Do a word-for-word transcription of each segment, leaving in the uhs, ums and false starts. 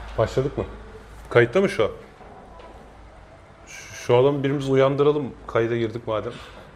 Başladık mı? Kayıtta mı şu an? Şu adamı birimiz uyandıralım. Kayda girdik madem.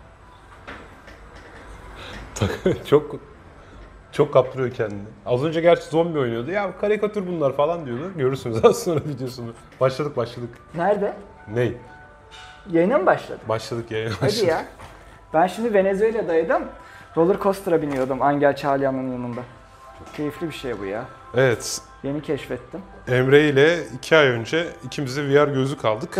çok çok kaptırıyor kendini. Az önce gerçi zombi oynuyordu. Ya karikatür bunlar falan diyordu. Görürsünüz az sonra videosunu. Başladık başladık. Nerede? Ney? Yayına mı başladı? Başladık yayına Hadi başladık. ya. Ben şimdi Venezuela'daydım. Roller coaster'a biniyordum Angel Çağlayan'ın yanında. Çok keyifli bir şey bu ya. Evet. Yeni keşfettim. Emre ile iki ay önce ikimiz de V R gözlük aldık.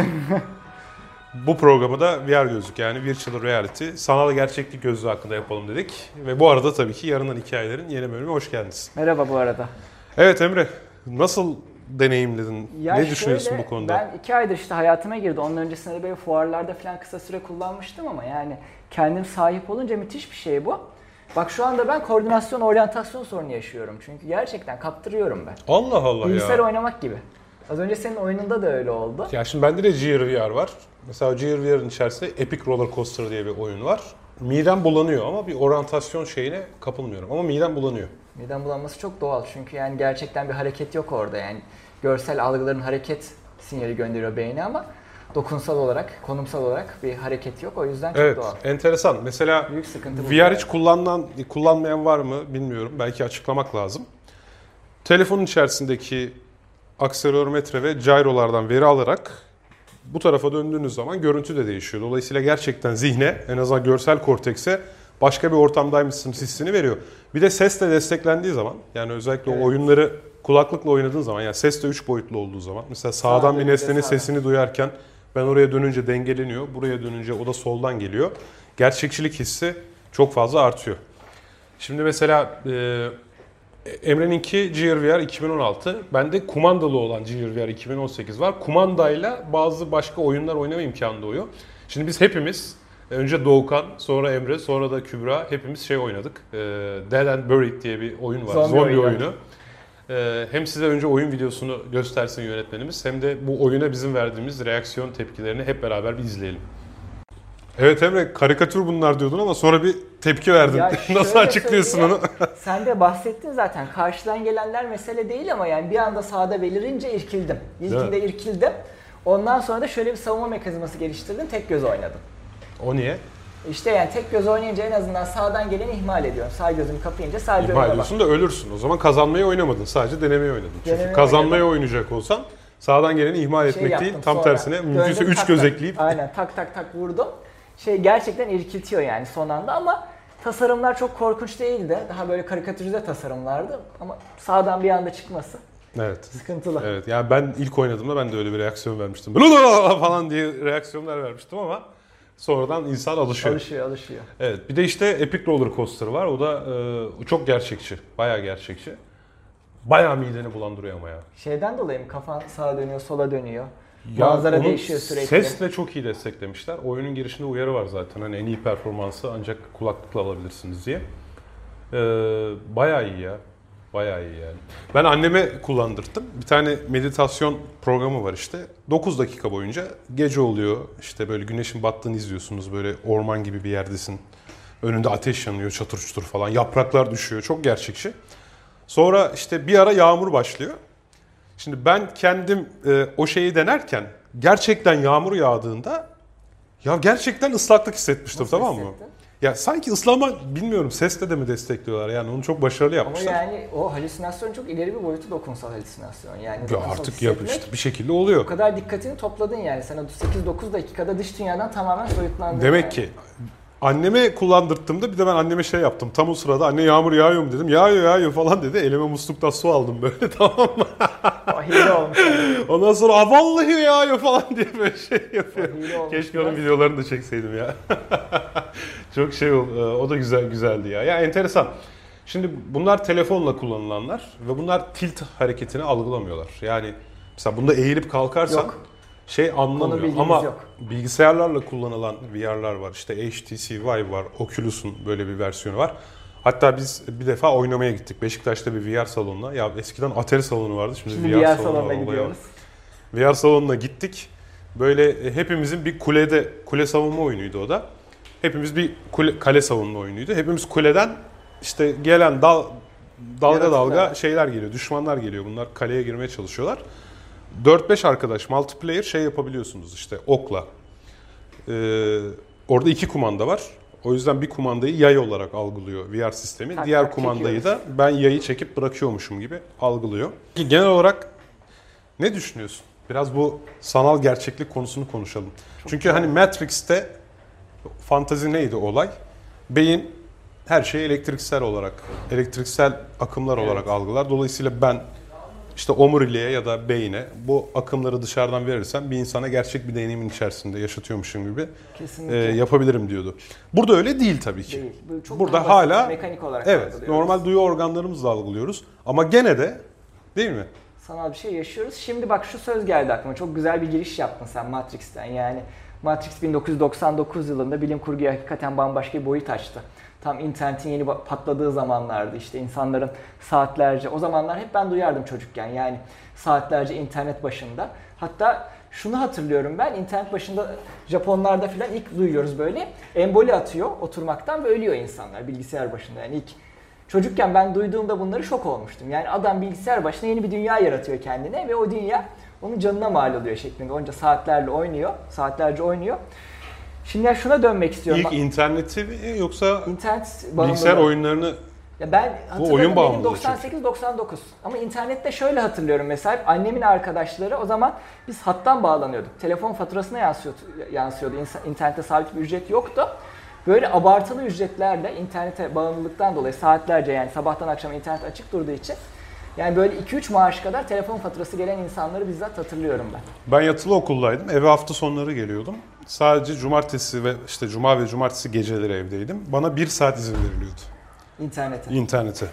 Bu programı da V R gözlük yani Virtual Reality, sanal gerçeklik gözlüğü hakkında yapalım dedik. Ve bu arada tabii ki Yarından Hikayelerin yeni bölümüne hoş geldiniz. Merhaba bu arada. Evet Emre, nasıl deneyimledin? Ya ne düşünüyorsun şöyle, bu konuda? Ben iki aydır işte hayatıma girdi. Onun öncesinde de böyle fuarlarda falan kısa süre kullanmıştım ama yani kendim sahip olunca müthiş bir şey bu. Bak şu anda ben koordinasyon, oryantasyon sorunu yaşıyorum. Çünkü gerçekten kaptırıyorum ben. Allah Allah Bilgisayar ya. oynamak gibi. Az önce senin oyununda da öyle oldu. Ya şimdi bende de G R V R var. Mesela G R V R'ın içerisinde Epic Roller Coaster diye bir oyun var. Midem bulanıyor ama bir oryantasyon şeyine kapılmıyorum. Ama midem bulanıyor. Midem bulanması çok doğal çünkü yani gerçekten bir hareket yok orada yani. Görsel algıların hareket sinyali gönderiyor beyne ama dokunsal olarak, konumsal olarak bir hareket yok. O yüzden çok Evet, doğal. enteresan. Mesela Büyük sıkıntı bu. V R hiç kullanılan, kullanmayan var mı bilmiyorum. Belki açıklamak lazım. Telefonun içerisindeki akselerometre ve gyrolardan veri alarak bu tarafa döndüğünüz zaman görüntü de değişiyor. Dolayısıyla gerçekten zihne, en azından görsel kortekse başka bir ortamdaymışsın hissini veriyor. Bir de sesle desteklendiği zaman, yani özellikle Evet. o oyunları kulaklıkla oynadığın zaman, yani ses de üç boyutlu olduğu zaman, mesela sağdan Sağa bir dönünce nesnenin sağdan. sesini duyarken ben oraya dönünce dengeleniyor, buraya dönünce o da soldan geliyor. Gerçekçilik hissi çok fazla artıyor. Şimdi mesela e, Emre'ninki G R V R iki bin on altı, bende kumandalı olan G R V R iki bin on sekiz var. Kumandayla bazı başka oyunlar oynama imkanı doğuyor. Şimdi biz hepimiz, önce Doğukan, sonra Emre, sonra da Kübra hepimiz şey oynadık. E, Dead and Buried diye bir oyun var, Zombi zombi, oyunu. oyunu. E, hem size önce oyun videosunu göstersin yönetmenimiz, hem de bu oyuna bizim verdiğimiz reaksiyon tepkilerini hep beraber bir izleyelim. Evet Emre, karikatür bunlar diyordun ama sonra bir tepki verdin. Ya Nasıl şöyle açıklıyorsun onu? söyleyeyim, Sen de bahsettin zaten. Karşıdan gelenler mesele değil ama yani bir anda sağda belirince irkildim. İlkinde irkildim. Ondan sonra da şöyle bir savunma mekanizması geliştirdim. Tek göz oynadım. O niye? İşte yani tek göz oynayınca en azından sağdan geleni ihmal ediyorum. Sağ gözümü kapayınca sadece İhmal önüme bak. ediyorsun da ölürsün. O zaman kazanmayı oynamadın. Sadece denemeyi oynadın. Çünkü Denemeyi kazanmayı oynadım. oynayacak olsan sağdan geleni ihmal Şey etmek yaptım değil. Tam sonra. tersine mümkünse Döndüm, üç tak göz tak. ekleyip. Aynen tak tak tak vurdum. Şey gerçekten irkiltiyor yani son anda ama tasarımlar çok korkunç değildi. Daha böyle karikatürize tasarımlardı ama sağdan bir anda çıkması Evet. sıkıntılı. Evet. Yani ben ilk oynadığımda ben de öyle bir reaksiyon vermiştim. Lululala falan diye reaksiyonlar vermiştim ama sonradan insan alışıyor. Alışıyor alışıyor. Evet. Bir de işte Epic Roller Coaster var. O da e, çok gerçekçi. Bayağı gerçekçi. Bayağı mideni bulandırıyor ama ya. Şeyden dolayı mı kafan sağa dönüyor sola dönüyor. Ya Manzara onun değişiyor sürekli. Sesle çok iyi desteklemişler. Oyunun girişinde uyarı var zaten. Hani en iyi performansı ancak kulaklıkla alabilirsiniz diye. Ee, bayağı iyi ya. Bayağı iyi yani. Ben anneme kullandırdım. Bir tane meditasyon programı var işte. dokuz dakika boyunca gece oluyor. İşte böyle güneşin battığını izliyorsunuz. Böyle orman gibi bir yerdesin. Önünde ateş yanıyor çatır çutur falan. Yapraklar düşüyor. Çok gerçekçi. Sonra işte bir ara yağmur başlıyor. Şimdi ben kendim e, o şeyi denerken gerçekten yağmur yağdığında ya gerçekten ıslaklık hissetmiştim. Nasıl Tamam mı? hissettin? Ya sanki ıslama bilmiyorum sesle de mi destekliyorlar yani onu çok başarılı Ama yapmışlar. yani o halüsinasyon çok ileri bir boyutu dokunsal halüsinasyon. Yani Ya dokunsal artık yap hissetmek, işte bir şekilde oluyor. o kadar dikkatini topladın yani. Sen o sekiz dokuz dakikada dış dünyadan tamamen soyutlandın. Demek yani. ki anneme kullandırttığımda bir de ben anneme şey yaptım. Tam o sırada anne yağmur yağıyor mu dedim. Yağıyor yağıyor falan dedi. Elime musluktan su aldım böyle tamam mı? O hile olmuş. Yani. Ondan sonra "Aa, vallahi yağıyor" falan diye böyle şey yapıyor. O hile olmuş Keşke biraz. onun videolarını da çekseydim ya. Çok şey oldu. O da güzel güzeldi ya. Ya enteresan. Şimdi bunlar telefonla kullanılanlar ve bunlar tilt hareketini algılamıyorlar. Yani mesela bunda eğilip kalkarsan Yok. şey anlamıyor. bilgimiz Ama yok. bilgisayarlarla kullanılan V R'lar var. İşte H T C Vive var. Oculus'un böyle bir versiyonu var. Hatta biz bir defa oynamaya gittik. Beşiktaş'ta bir V R salonuna. Ya eskiden Atari salonu vardı. Şimdi, Şimdi V R, V R salonu salonuna var. gidiyoruz. V R salonuna gittik. Böyle hepimizin bir kulede, kule savunma oyunuydu o da. Hepimiz bir kule, kale savunma oyunuydu. Hepimiz kuleden işte gelen dal dalga Yaratıklar. dalga şeyler geliyor, düşmanlar geliyor. Bunlar kaleye girmeye çalışıyorlar. dört beş arkadaş multiplayer şey yapabiliyorsunuz işte okla. Ee, orada iki kumanda var. O yüzden bir kumandayı yay olarak algılıyor V R sistemi. Tak, Diğer tak, kumandayı çekiyoruz. da ben yayı çekip bırakıyormuşum gibi algılıyor. Genel olarak ne düşünüyorsun? Biraz bu sanal gerçeklik konusunu konuşalım. Çok Çünkü güzel. hani Matrix'te fantazi neydi olay? Beyin her şeyi elektriksel olarak, elektriksel akımlar Evet. olarak algılar. Dolayısıyla ben işte omuriliğe ya da beyine bu akımları dışarıdan verirsem bir insana gerçek bir deneyimin içerisinde yaşatıyormuşum gibi Kesinlikle. e, yapabilirim diyordu. Burada öyle değil tabii ki. Değil. Bu çok Burada daha basit, hala mekanik olarak evet algılıyoruz. normal duyu organlarımızla algılıyoruz ama gene de değil mi? Sanal bir şey yaşıyoruz. Şimdi bak şu söz geldi aklıma. Çok güzel bir giriş yaptın sen Matrix'ten. Yani Matrix bin dokuz yüz doksan dokuz yılında bilim kurguya hakikaten bambaşka bir boyut açtı. Tam internetin yeni patladığı zamanlardı. İşte insanların saatlerce, o zamanlar hep ben duyardım çocukken. Yani saatlerce internet başında. Hatta şunu hatırlıyorum ben, internet başında Japonlarda falan ilk duyuyoruz böyle. Emboli atıyor oturmaktan ve ölüyor insanlar bilgisayar başında. Yani ilk çocukken ben duyduğumda bunları şok olmuştum. Yani adam bilgisayar başına yeni bir dünya yaratıyor kendine ve o dünya onun canına mal oluyor şeklinde. Onca saatlerle oynuyor, saatlerce oynuyor. Şimdi ya şuna dönmek istiyorum. İlk interneti mi yoksa İnternet bağımlılığı. bilgisayar oyunlarını Ya ben hatırladım oyun benim bağımlılığı doksan sekiz doksan dokuz. Ama internette şöyle hatırlıyorum mesela annemin arkadaşları o zaman biz hattan bağlanıyorduk. Telefon faturasına yansıyordu. yansıyordu. İnsa- İnternette sabit bir ücret yoktu. Böyle abartılı ücretlerle internete bağımlılıktan dolayı saatlerce yani sabahtan akşama internet açık durduğu için yani böyle iki üç maaş kadar telefon faturası gelen insanları bizzat hatırlıyorum ben. ben yatılı okuldaydım. Eve hafta sonları geliyordum. Sadece cumartesi ve işte cuma ve cumartesi geceleri evdeydim. Bana bir saat izin veriliyordu. İnternete. İnternete.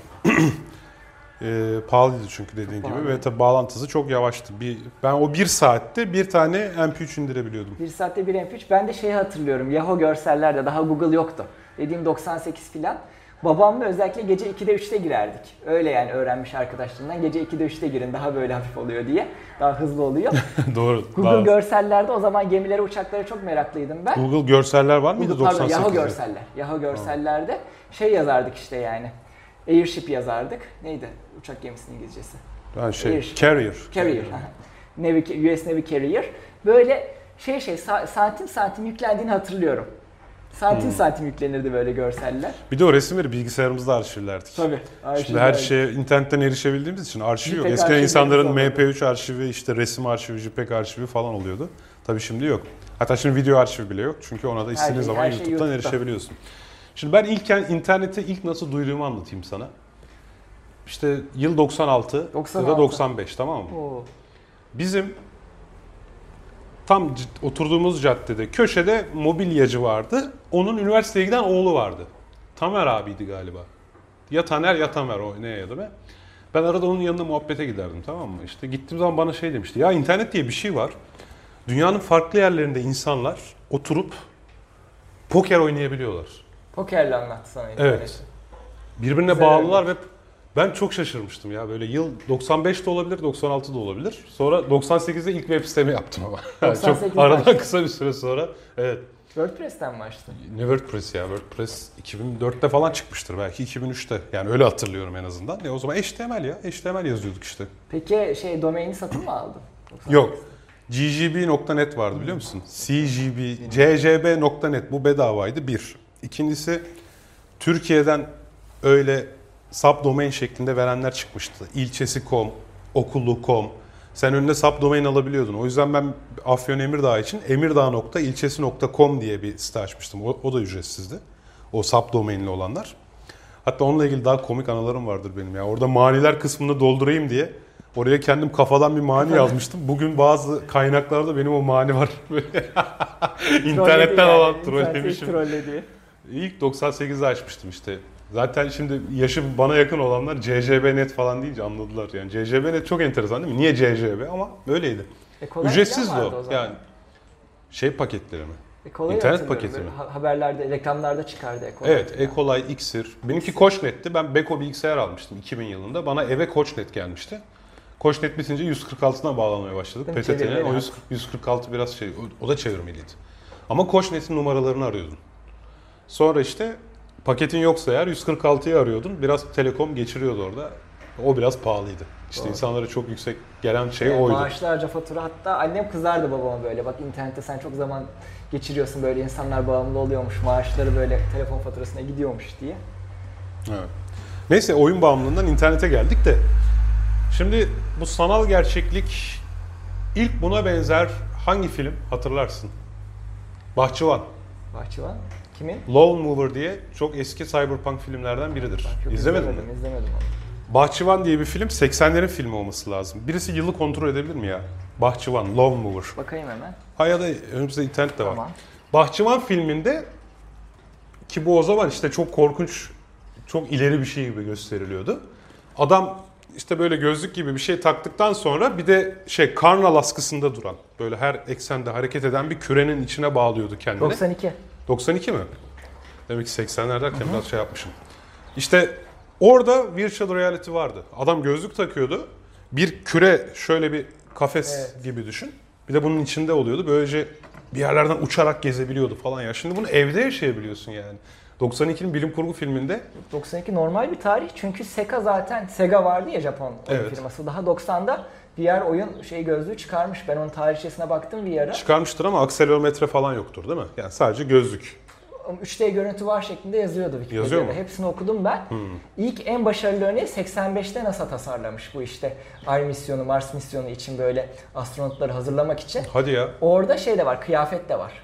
e, pahalıydı çünkü dediğin gibi pahalı. ve tabi bağlantısı çok yavaştı. Bir, ben o bir saatte bir tane M P üç indirebiliyordum. Bir saatte bir M P üç. Ben de şeyi hatırlıyorum. Yahoo görsellerde daha Google yoktu. Dediğim doksan sekiz filan. Babamla özellikle gece ikide üçte girerdik. Öyle yani öğrenmiş arkadaşlarımdan. Gece ikide üçte girin daha böyle hafif oluyor diye. Daha hızlı oluyor. Doğru. Google Daha- görsellerde o zaman gemilere uçaklara çok meraklıydım ben. Google görseller var mıydı Google, pardon, doksan sekizde? Yahoo görseller. Yahoo görsellerde şey yazardık işte yani. Airship yazardık. Neydi uçak gemisinin İngilizcesi? Ha, şey, Airship. Carrier. Carrier. Navy, U S Navy Carrier. Böyle şey şey sa- santim santim yüklendiğini hatırlıyorum. Santim Hmm. santim yüklenirdi böyle görseller. Bir de o resimleri bilgisayarımızda arşivlerdik. Tabii. Şimdi her şeye internetten erişebildiğimiz için arşiv yok. JPEG Eskiden arşivlerimiz insanların olurdu. M P üç arşivi, işte resim arşivi, JPEG arşivi falan oluyordu. Tabii şimdi yok. Hatta şimdi video arşivi bile yok. Çünkü ona da istediğin şey- zaman her şey YouTube'dan YouTube'da. erişebiliyorsun. Şimdi ben ilk internete ilk nasıl duyduğumu anlatayım sana. İşte yıl doksan altı doksan ya da altı. doksan beş, tamam mı? Oo. Bizim tam c- oturduğumuz caddede köşede mobilyacı vardı. Onun üniversiteye giden oğlu vardı. Tamer abiydi galiba. Ya Taner ya Tamer o ne ya da be. Ben arada onun yanına muhabbete giderdim, tamam mı? İşte gittiğim zaman bana şey demişti. Ya internet diye bir şey var. Dünyanın farklı yerlerinde insanlar oturup poker oynayabiliyorlar. Pokerle anlattı sana Evet. interneti. Birbirine Güzel bağlılar ve ben çok şaşırmıştım ya. Böyle yıl doksan beş de olabilir, doksan altı da olabilir. Sonra doksan sekizde ilk web sitemi yaptım ama. doksan sekizde çok aradan açtın. kısa bir süre sonra. Evet. WordPress'ten mi açtın? Ne WordPress ya? WordPress iki bin dörtte falan çıkmıştır belki, iki bin üçte. Yani öyle hatırlıyorum en azından. Ne o zaman H T M L ya. H T M L yazıyorduk işte. Peki şey domaini satın mı aldın? doksan Yok. sekizde. G G B nokta net vardı biliyor musun? C G B, C C B nokta net bu bedavaydı bir. İkincisi Türkiye'den öyle subdomain şeklinde verenler çıkmıştı. İlçesi nokta com, okulu nokta com. Sen önüne subdomain alabiliyordun. O yüzden ben Afyon Emirdağ için emirdağ nokta ilçesi nokta com diye bir site açmıştım. O, o da ücretsizdi. O subdomainli olanlar. Hatta onunla ilgili daha komik anılarım vardır benim ya. Orada maniler kısmını doldurayım diye oraya kendim kafadan bir mani yazmıştım. Bugün bazı kaynaklarda benim o mani var. İnternetten alan trollemişim. Trolledi. İlk doksan sekizde açmıştım işte. Zaten şimdi yaşı bana yakın olanlar C C B net falan deyince anladılar. Yani C C B net çok enteresan değil mi? Niye C C B? Ama öyleydi. E, kolay Ücretsizdi falan vardı o. o zaman. Yani şey paketleri mi? Ekolay İnternet hatırlıyorum. paketi Böyle mi? ha- Haberlerde, reklamlarda çıkardı Ekolay. Evet, Ekolay, Iksir. Benimki Koçnet'ti. Ben Beko bilgisayar almıştım iki bin yılında. Bana eve Koçnet gelmişti. Koçnet bitince yüz kırk altına bağlamaya başladık. Değil mi? P T T'nin. Çevirmeli O yüz, yüz kırk altı biraz şey, o, o da çevirmeliydi. Ama Koçnet'in numaralarını arıyordun. Sonra işte Paketin yoksa eğer yüz kırk altıyı arıyordun. Biraz telekom geçiriyordu orada. O biraz pahalıydı. İşte Doğru. insanlara çok yüksek gelen şey Yani oydu. maaşlarca fatura, hatta annem kızardı babama böyle. Bak internette sen çok zaman geçiriyorsun, böyle insanlar bağımlı oluyormuş. Maaşları böyle telefon faturasına gidiyormuş diye. Evet. Neyse, oyun bağımlılığından internete geldik de. Şimdi bu sanal gerçeklik, ilk buna benzer hangi film hatırlarsın? Bahçıvan. Bahçıvan. Kimin? Lone Mover diye çok eski cyberpunk filmlerden biridir. Yok, İzlemedin mi? izlemedim, izlemedim onu. Bahçıvan diye bir film seksenlerin filmi olması lazım. Birisi yılı kontrol edebilir mi ya? Bahçıvan, Lone Mover. Bakayım hemen. Ha, ya da önümüzde internet de var. Tamam. Bahçıvan filminde, ki bu o zaman işte çok korkunç, çok ileri bir şey gibi gösteriliyordu. Adam işte böyle gözlük gibi bir şey taktıktan sonra bir de şey karnal askısında duran, böyle her eksende hareket eden bir kürenin içine bağlıyordu kendini. doksan iki. doksan iki mi? Demek ki seksenler derken biraz şey yapmışım. İşte orada virtual reality vardı. Adam gözlük takıyordu. Bir küre, şöyle bir kafes Evet. gibi düşün. Bir de bunun içinde oluyordu. Böylece bir yerlerden uçarak gezebiliyordu falan ya. Şimdi bunu evde yaşayabiliyorsun yani. doksan ikinin bilim kurgu filminde. doksan iki normal bir tarih çünkü Sega zaten, Sega vardı ya, Japon oyun Evet. firması. Daha doksanda V R oyun şey gözlüğü çıkarmış. Ben onun tarihçesine baktım V R'a. Çıkarmıştır ama akselerometre falan yoktur değil mi? Yani sadece gözlük. üç D görüntü var şeklinde yazıyordu Wikipedia'da. Yazıyor mu? Hepsini okudum ben. Hmm. İlk en başarılı örneği seksen beşte NASA tasarlamış bu işte Ay misyonu, Mars misyonu için, böyle astronotları hazırlamak için. Hadi ya. Orada şey de var, kıyafet de var.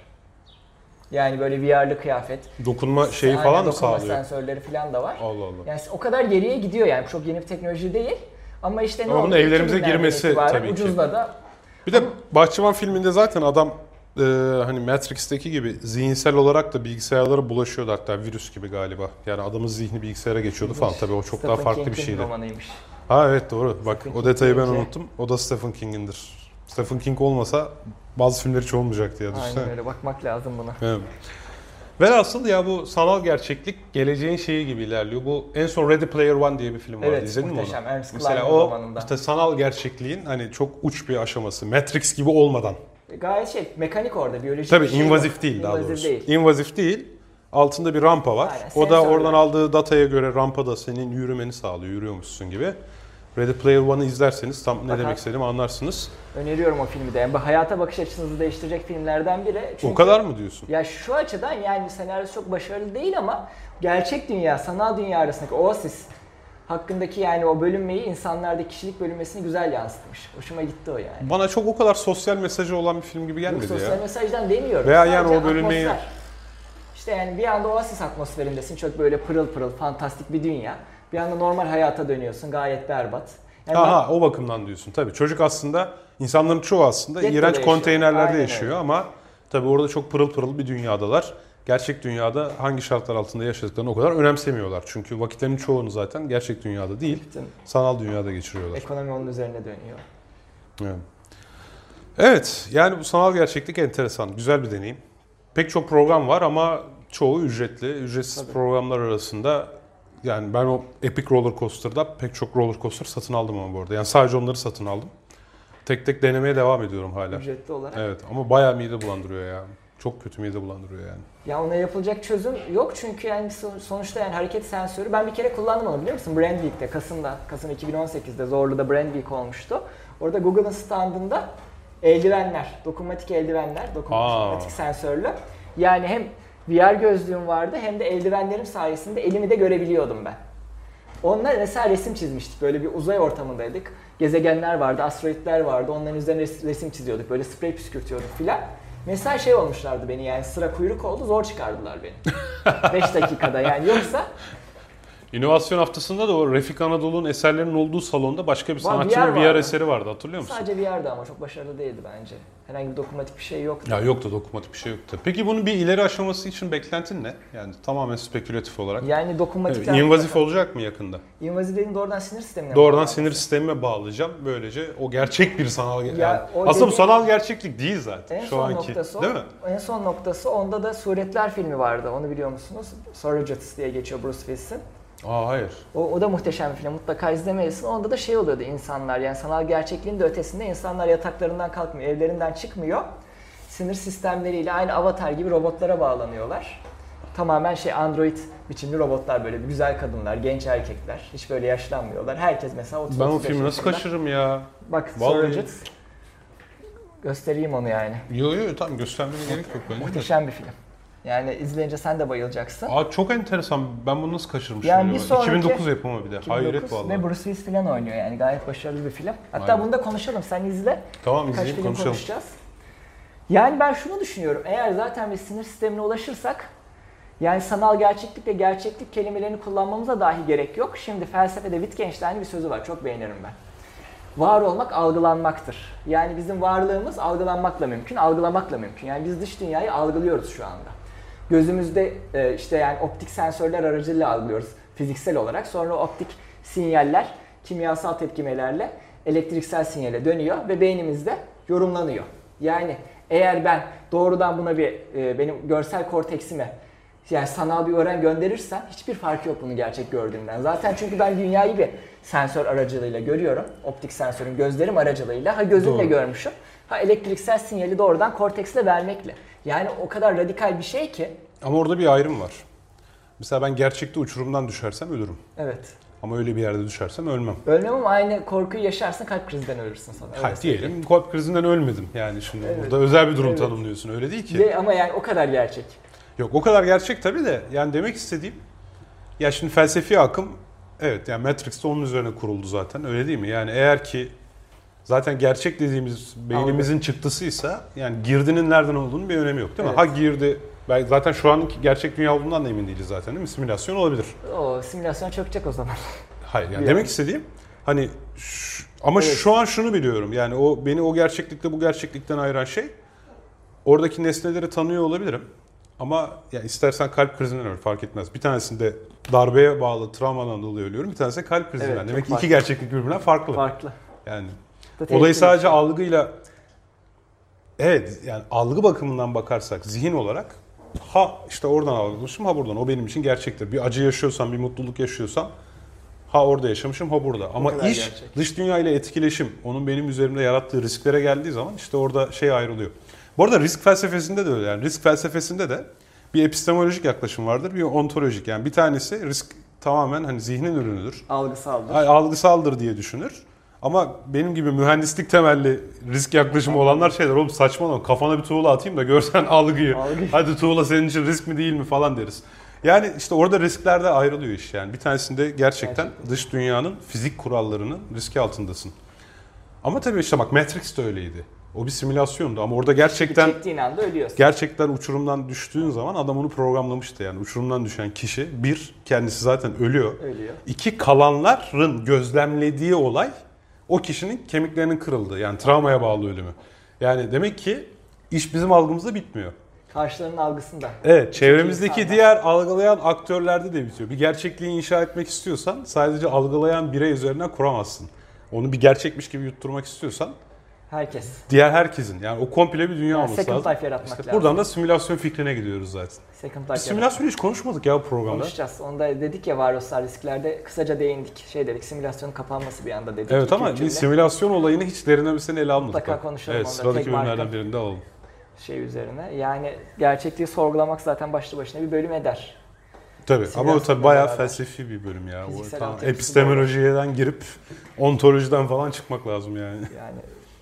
Yani böyle V R'lı kıyafet. Dokunma şeyi Aynen, falan mı dokunma sağlıyor? sensörleri falan da var. Allah Allah. Yani o kadar geriye gidiyor yani, çok yeni bir teknoloji değil. Ama işte ne Ama bunun oldu? evlerimize iki binlerden girmesi itibaren tabii ki. ucuzla da. Bir de Bahçıvan filminde zaten adam e, hani Matrix'teki gibi zihinsel olarak da bilgisayarlara bulaşıyordu, hatta virüs gibi galiba. Yani adamın zihni bilgisayara geçiyordu falan. Tabii o çok Stephen daha farklı bir King'in şeydi. romanıymış. Ha evet, doğru. Bak Stephen o detayı ben King'ince. unuttum. O da Stephen King'indir. Stephen King olmasa bazı filmler hiç olmayacaktı ya, düşünsene. Aynen öyle, bakmak lazım buna. Evet. Velhasıl ya, bu sanal gerçeklik geleceğin şeyi gibi ilerliyor. Bu en son Ready Player One diye bir film vardı. Evet, İzledin mi onu? muhteşem. Ernest Mesela Cline'ın o romanında. işte sanal gerçekliğin hani çok uç bir aşaması. Matrix gibi olmadan. Gayet şey, mekanik orada, biyolojik Tabii bir şey invazif yok. değil daha İnvazif doğrusu. değil. İnvazif değil. Altında bir rampa var. Aynen, O da sensörler. oradan aldığı dataya göre rampada senin yürümeni sağlıyor. Yürüyormuşsun gibi. Ready Player One'ı izlerseniz tam ne Mutlaka. demek istediğimi anlarsınız. Öneriyorum o filmi de. Yani bu hayata bakış açınızı değiştirecek filmlerden biri. Çünkü, O kadar mı diyorsun? ya şu açıdan, yani senaryosu çok başarılı değil ama gerçek dünya, sanal dünya arasındaki oasis hakkındaki yani o bölünmeyi, insanlardaki kişilik bölünmesini güzel yansıtmış. Hoşuma gitti o yani. Bana çok o kadar sosyal mesajı olan bir film gibi Yok, gelmedi sosyal ya. mesajdan demiyorum. Veya Sadece yani o bölünmeyi- atmosfer. İşte yani bir anda oasis atmosferindesin, çok böyle pırıl pırıl, fantastik bir dünya. Bir anda normal hayata dönüyorsun, gayet berbat. Yani Aha, o bakımdan diyorsun. Tabii çocuk aslında, insanların çoğu aslında Getto'da iğrenç yaşıyor. konteynerlerde Aynen yaşıyor öyle. ama tabii orada çok pırıl pırıl bir dünyadalar. Gerçek dünyada hangi şartlar altında yaşadıklarını o kadar önemsemiyorlar. Çünkü vakitlerinin çoğunu zaten gerçek dünyada değil, bütün sanal dünyada geçiriyorlar. ekonomi onun üzerine dönüyor. Evet. Evet, yani bu sanal gerçeklik enteresan, güzel bir deneyim. Pek çok program var ama çoğu ücretli. Ücretsiz Tabii. programlar arasında, yani ben o Epic Roller Coaster'da pek çok roller coaster satın aldım ama bu arada. Yani sadece onları satın aldım. Tek tek denemeye devam ediyorum hala. Ücretli olarak. Evet, ama bayağı mide bulandırıyor ya. Çok kötü mide bulandırıyor yani. Ya ona yapılacak çözüm yok çünkü yani son- sonuçta yani hareket sensörü, ben bir kere kullandım onu, biliyor musun? Brand Week'te, Kasım'da, Kasım iki bin on sekizde Zorlu'da Brand Week olmuştu. Orada Google'ın standında eldivenler, dokunmatik eldivenler, dokunmatik Aa. sensörlü. Yani hem V R gözlüğüm vardı hem de eldivenlerim sayesinde elimi de görebiliyordum ben. Onunla mesela resim çizmiştik. Böyle bir uzay ortamındaydık. Gezegenler vardı, asteroidler vardı. Onların üzerine res- resim çiziyorduk. Böyle sprey püskürtüyorduk filan. Mesela şey olmuşlardı beni, yani sıra kuyruk oldu, zor çıkardılar beni. beş dakikada yani, yoksa İnovasyon haftasında da o Refik Anadolu'nun eserlerinin olduğu salonda başka bir Var, sanatçının V R V R vardı. eseri vardı, hatırlıyor musun? sadece V R'dı ama çok başarılı değildi bence. Herhangi bir dokunmatik bir şey yoktu. Ya yoktu, dokunmatik bir şey yoktu. Peki bunun bir ileri aşaması için beklentin ne? Yani tamamen spekülatif olarak. Yani dokunmatik... Evet, invazif olacak mı yakında? İnvazif dediğin doğrudan sinir sistemine Doğrudan bağlanması. sinir sistemime bağlayacağım. Böylece o gerçek bir sanal Ya, yani. o Aslında bu dediğin- sanal gerçeklik değil zaten En şu son anki. noktası o. Değil mi? En son noktası, onda da Suretler filmi vardı. Onu biliyor musunuz? Surrogates diye geçiyor, Bruce Willis'in. Aa hayır. O, o da muhteşem bir film. Mutlaka izlemelisin. Onda da şey oluyordu, insanlar yani sanal gerçekliğin de ötesinde insanlar yataklarından kalkmıyor, evlerinden çıkmıyor. Sinir sistemleriyle aynı Avatar gibi robotlara bağlanıyorlar. Tamamen şey Android biçimli robotlar, böyle güzel kadınlar, genç erkekler. Hiç böyle yaşlanmıyorlar. Herkes mesela otuz Ben otuz o filmi nasıl yaşında. kaçırırım ya? Bak Vallahi. Surrogates. Göstereyim onu yani. Yo yo tamam, göstermene gerek yok bence. Muhteşem bir film. Yani izleyince sen de bayılacaksın. Aa, çok enteresan. Ben bunu nasıl kaçırmışım? Yani bir acaba? sonraki- iki bin dokuz yapımı bir de. Hayret vallahi. Ve Bruce Willis falan oynuyor yani, gayet başarılı bir film. Hatta Aynen. bunu da konuşalım, sen izle. Tamam, Birkaç izleyeyim film konuşalım. konuşacağız. Yani ben şunu düşünüyorum, eğer zaten bir sinir sistemine ulaşırsak, yani sanal gerçeklik ve gerçeklik kelimelerini kullanmamıza dahi gerek yok. Şimdi felsefede Wittgenstein'in bir sözü var, çok beğenirim ben. Var olmak algılanmaktır. Yani bizim varlığımız algılanmakla mümkün, algılamakla mümkün. Yani biz dış dünyayı algılıyoruz şu anda. Gözümüzde e, işte yani optik sensörler aracılığıyla algılıyoruz fiziksel olarak. Sonra optik sinyaller kimyasal tepkimelerle elektriksel sinyale dönüyor ve beynimizde yorumlanıyor. Yani eğer ben doğrudan buna bir e, benim görsel korteksime, yani sanal bir öğren gönderirsem hiçbir farkı yok bunu gerçek gördüğümden. Zaten çünkü ben dünyayı bir sensör aracılığıyla görüyorum. Optik sensörün gözlerim aracılığıyla. Ha gözümle Doğru. görmüşüm. Ha elektriksel sinyali doğrudan korteksle vermekle. Yani o kadar radikal bir şey ki. Ama orada bir ayrım var. Mesela ben gerçekte uçurumdan düşersem ölürüm. Evet. Ama öyle bir yerde düşersem ölmem. Ölmem ama aynı korkuyu yaşarsın, kalp krizinden ölürsün sana. Öyle Hayır söyleyeyim. diyelim kalp krizinden ölmedim. Yani şimdi Evet. burada özel bir durum Evet. tanımlıyorsun. Öyle değil ki. Ve ama yani o kadar gerçek. Yok o kadar gerçek tabii de. Yani demek istediğim, ya şimdi felsefi akım, evet yani Matrix'te onun üzerine kuruldu zaten. Öyle değil mi? Yani eğer ki zaten gerçek dediğimiz beynimizin çıktısıysa, yani girdinin nereden olduğunun bir önemi yok değil mi? Evet. Ha girdi, ben zaten şu anki gerçek dünya olduğundan da emin değiliz zaten değil mi? Simülasyon olabilir. O simülasyon çökecek o zaman. Hayır yani Bir demek an. istediğim hani şu- ama Evet. şu an şunu biliyorum, yani o beni o gerçeklikle bu gerçeklikten ayıran şey, oradaki nesneleri tanıyor olabilirim. Ama ya istersen kalp krizinden öl, fark etmez. Bir tanesinde darbeye bağlı travmadan dolayı ölüyorum. Bir tanesi kalp krizinden. Evet, çok Demek ki farklı. iki gerçeklik birbirinden farklı. Farklı. Yani Da olayı tehlikeli. sadece algıyla, evet yani algı bakımından bakarsak zihin olarak, ha işte oradan algılamışım, ha buradan, o benim için gerçektir. Bir acı yaşıyorsam, bir mutluluk yaşıyorsam, ha orada yaşamışım, ha burada. Ama kadar iş gerçek. dış dünya ile etkileşim, onun benim üzerimde yarattığı risklere geldiği zaman işte orada şey ayrılıyor. Bu arada risk felsefesinde de öyle. Yani risk felsefesinde de bir epistemolojik yaklaşım vardır, bir ontolojik. Yani bir tanesi risk tamamen hani zihnin ürünüdür. Algısaldır. Ay, algısaldır diye düşünür. Ama benim gibi mühendislik temelli risk yaklaşımı olanlar şeyler, oğlum saçmalama, kafana bir tuğla atayım da görsen algıyı. Algıyı. Hadi tuğla senin için risk mi değil mi falan deriz. Yani işte orada risklerde ayrılıyor iş yani. Bir tanesinde gerçekten, Gerçekten. dış dünyanın fizik kurallarının riski altındasın. Ama tabii işte bak Matrix de öyleydi. O bir simülasyondu ama orada gerçekten Çektiğin anda ölüyorsun. gerçekten uçurumdan düştüğün zaman adam onu programlamıştı yani. Uçurumdan düşen kişi, bir, kendisi zaten ölüyor. Ölüyor. İki, kalanların gözlemlediği olay o kişinin kemiklerinin kırıldığı, yani travmaya bağlı ölümü. Yani demek ki iş bizim algımızda bitmiyor. Karşılarının algısında. Evet, çevremizdeki insanlar. diğer algılayan aktörlerde de bitiyor. Bir gerçekliği inşa etmek istiyorsan sadece algılayan birey üzerinden kuramazsın. Onu bir gerçekmiş gibi yutturmak istiyorsan Herkes. diğer herkesin, yani o komple bir dünya Yani olması second lazım. life yaratmak İşte lazım. buradan da simülasyon fikrine gidiyoruz zaten. Second Biz life simülasyonu hiç konuşmadık ya bu yaratmak. programda. Konuşacağız. Onda dedik ya, varoluşsal risklerde kısaca değindik. Şey dedik, simülasyonun kapanması bir anda dedik. Evet İki, ama üç bir cümle. simülasyon olayını hiç derinlemesine ele almadık. Mutlaka bak. konuşalım Evet, onda, sıradaki tek marka. bölümlerden birinde alalım. Şey üzerine. Yani gerçekliği sorgulamak zaten başlı başına bir bölüm eder. Tabii ama o Simülasyonla tabii bayağı beraber. felsefi bir bölüm ya. O Fiziksel tam altyapısı epistemolojiden girip ontolojiden falan çıkmak lazım yani. Yani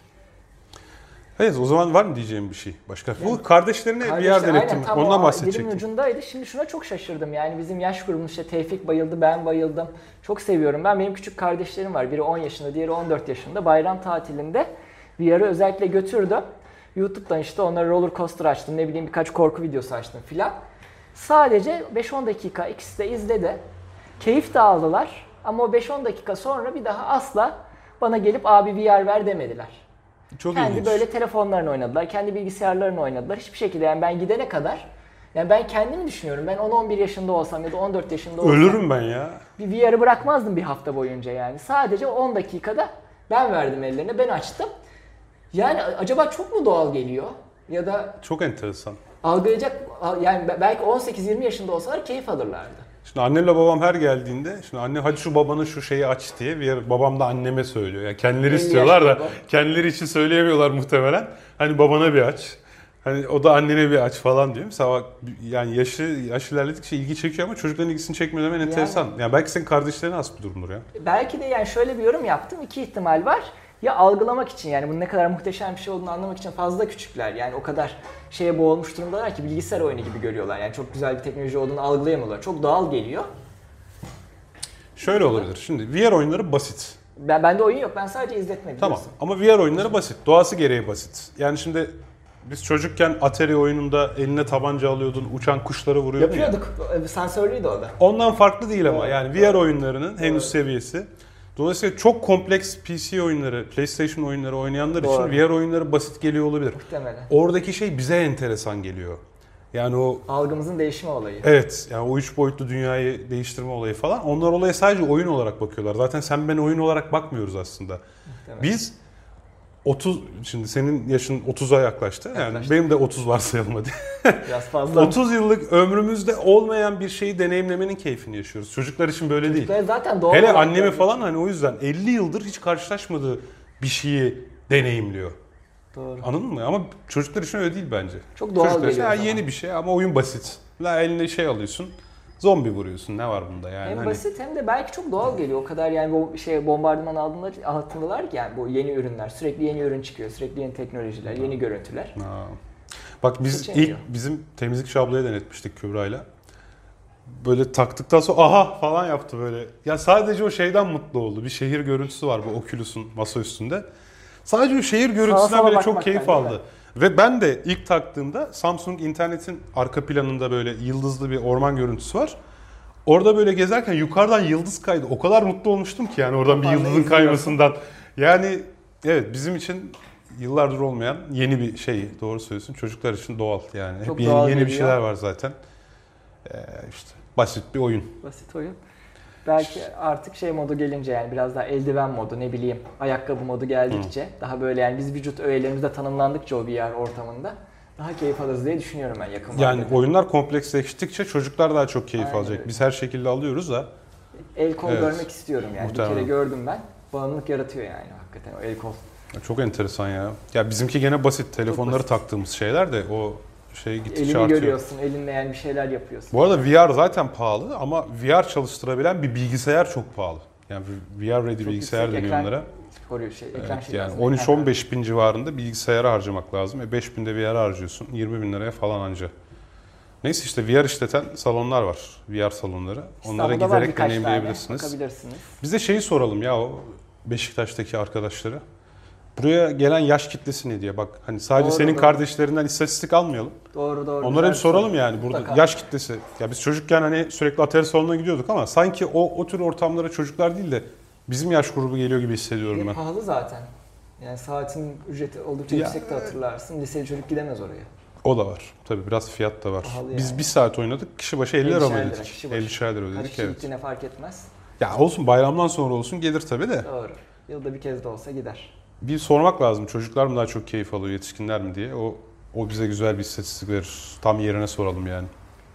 Evet, o zaman var mı diyeceğim bir şey başka? Bu kardeşlerine bir kardeşler, yerden aynen, ettim. tam Ondan o bahsedecektim. dilimin ucundaydı. Şimdi şuna çok şaşırdım. Yani bizim yaş grubumuz, işte Tevfik bayıldı, ben bayıldım. Çok seviyorum. Ben, benim küçük kardeşlerim var. Biri on yaşında, diğeri on dört yaşında. Bayram tatilinde V R'ı özellikle götürdüm. YouTube'dan işte onlara roller coaster açtım. Ne bileyim birkaç korku videosu açtım filan. Sadece beş on dakika ikisi de izledi. Keyif de aldılar. Ama o beş on dakika sonra bir daha asla bana gelip abi V R ver demediler. Çok Kendi ilginç. böyle telefonlarını oynadılar, kendi bilgisayarlarını oynadılar. Hiçbir şekilde, yani ben gidene kadar, yani ben kendimi düşünüyorum. Ben on on bir yaşında olsam ya da on dört yaşında olsam Ölürüm ben ya. bir V R'ı bırakmazdım bir hafta boyunca yani. Sadece on dakikada ben verdim ellerine, ben açtım. Yani acaba çok mu doğal geliyor? Ya da Çok enteresan. algılayacak, yani belki on sekiz yirmi yaşında olsalar keyif alırlardı. Şimdi annemle babam her geldiğinde, şimdi anne hadi şu babanın şu şeyi aç diye, bir yer, babam da anneme söylüyor. Yani kendileri elli istiyorlar da yaşında baba. kendileri için söyleyemiyorlar muhtemelen. Hani babana bir aç. Hani o da annene bir aç falan diyor. Mesela bak, yani yaşı yaş ilerledikçe ilgi çekiyor ama çocukların ilgisini çekmiyor demen enteresan. Yani belki senin kardeşlerine az bir durumdur ya. Belki de yani şöyle bir yorum yaptım. İki ihtimal var. Ya algılamak için, yani bunun ne kadar muhteşem bir şey olduğunu anlamak için fazla küçükler. Yani o kadar şeye boğulmuş durumdalar ki bilgisayar oyunu gibi görüyorlar. Yani çok güzel bir teknoloji olduğunu algılayamıyorlar. Çok doğal geliyor. Şöyle olabilir. Şimdi V R oyunları basit. Ben bende oyun yok. Ben sadece izletme Tamam biliyorsun. ama V R oyunları basit. Doğası gereği basit. Yani şimdi biz çocukken Atari oyununda eline tabanca alıyordun, uçan kuşları vuruyordun ya. Yapıyorduk. Sensörlüydü o da. Ondan farklı değil ama Evet, yani evet. V R oyunlarının henüz Evet. seviyesi. Dolayısıyla çok kompleks P C oyunları, PlayStation oyunları oynayanlar Doğru. için V R oyunları basit geliyor olabilir. Muhtemelen. Oradaki şey bize enteresan geliyor. Yani o Algımızın değişimi olayı. evet yani o üç boyutlu dünyayı değiştirme olayı falan. Onlar olaya sadece oyun olarak bakıyorlar. Zaten sen ben oyun olarak bakmıyoruz aslında. Muhtemelen. Biz otuz şimdi senin yaşın otuza yaklaştı. Yani Yaklaştı. benim de otuz varsayalım hadi. Biraz fazla. otuz yıllık ömrümüzde olmayan bir şeyi deneyimlemenin keyfini yaşıyoruz. Çocuklar için böyle değil. Çocuklar zaten doğal Hele olarak annemi böyle. falan hani o yüzden elli yıldır hiç karşılaşmadığı bir şeyi deneyimliyor. Doğru. Anladın mı? Ama çocuklar için öyle değil bence. Çok doğal Çocuklar için geliyor "Ha, o zaman." yeni bir şey ama oyun basit. La eline şey alıyorsun. Zombi vuruyorsun. Ne var bunda yani? Hem Hani- basit hem de belki çok doğal geliyor. O kadar yani bu şey bombardıman altında, altındalar ki yani bu yeni ürünler. Sürekli yeni ürün çıkıyor. Sürekli yeni teknolojiler, yeni görüntüler. Ha. Bak biz Seçemiyor. ilk bizim temizlikçi ablaya denetmiştik Kübra'yla. Böyle taktıktan sonra aha falan yaptı böyle. Ya sadece o şeyden mutlu oldu. Bir şehir görüntüsü var bu Oculus'un masa üstünde. Sadece o şehir görüntüsünden sola bile çok bakmaktan, keyif değil mi? aldı. Ve ben de ilk taktığımda Samsung internetin arka planında böyle yıldızlı bir orman görüntüsü var. Orada böyle gezerken yukarıdan yıldız kaydı. O kadar mutlu olmuştum ki yani oradan bir Fazla yıldızın izliyorsun. kaymasından. Yani evet bizim için yıllardır olmayan yeni bir şey. Doğru söylüyorsun. Çocuklar için doğal yani. Çok Hep doğal yeni, yeni bir geliyor. şeyler var zaten. Ee, işte basit bir oyun. Basit oyun. Belki artık şey modu gelince yani biraz daha eldiven modu, ne bileyim ayakkabı modu geldikçe daha böyle yani biz vücut öğelerimizde tanımlandıkça o V R ortamında daha keyif alırız diye düşünüyorum ben yakın Yani vadede. oyunlar kompleksleştikçe çocuklar daha çok keyif Aynen alacak. öyle. Biz her şekilde alıyoruz da. El kol Evet. görmek istiyorum yani. Muhtemelen. Bir kere gördüm ben. Bağımlılık yaratıyor yani hakikaten o el kol. Çok enteresan ya. Ya bizimki gene basit. Telefonları basit. taktığımız şeyler de o şey gittikçe Elini artıyor. görüyorsun, elinle yani bir şeyler yapıyorsun. Bu arada V R zaten pahalı ama V R çalıştırabilen bir bilgisayar çok pahalı. Yani V R ready Çok bilgisayar yüksek deniyor ekran onlara. koruyor şey, ekran Evet, şey yani lazım, on üç ekran on beş bin civarında bilgisayara harcamak lazım. E beş binde V R harcıyorsun. yirmi bin liraya falan anca. Neyse işte V R işleten salonlar var. V R salonları. Onlara İstanbul'da var giderek birkaç deneyimleyebilirsiniz. tane, bakabilirsiniz. Biz de şeyi soralım ya o Beşiktaş'taki arkadaşları. Buraya gelen yaş kitlesi ne diye bak. Hani sadece Doğru, senin doğru. kardeşlerinden istatistik almayalım. Doğru doğru. Onlara bir güzel soralım soru. yani burada Mutlaka. yaş kitlesi. Ya biz çocukken hani sürekli atari salonuna gidiyorduk ama sanki o o tür ortamlara çocuklar değil de bizim yaş grubu geliyor gibi hissediyorum Ya ben. pahalı zaten. Yani saatin ücreti oldukça Ya, yüksek de hatırlarsın. Liseli çocuk gidemez oraya. O da var. Tabii biraz fiyat da var. Pahalı Biz yani. bir saat oynadık. Kişi başı elli lira mı ellişer lira, ödedik? kişi başı. ellişer lira Kaç ödedik kişi evet. gittiğine fark etmez. Ya olsun bayramdan sonra olsun gelir tabii de. Doğru. Yılda bir kez de olsa gider. Bir sormak lazım çocuklar mı daha çok keyif alıyor yetişkinler mi diye. O o bize güzel bir istatistik verir. Tam yerine soralım yani.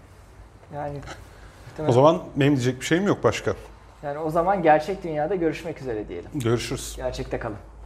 Yani O zaman benim diyecek bir şeyim yok başka. yani o zaman gerçek dünyada görüşmek üzere diyelim. Görüşürüz. Gerçekte kalın.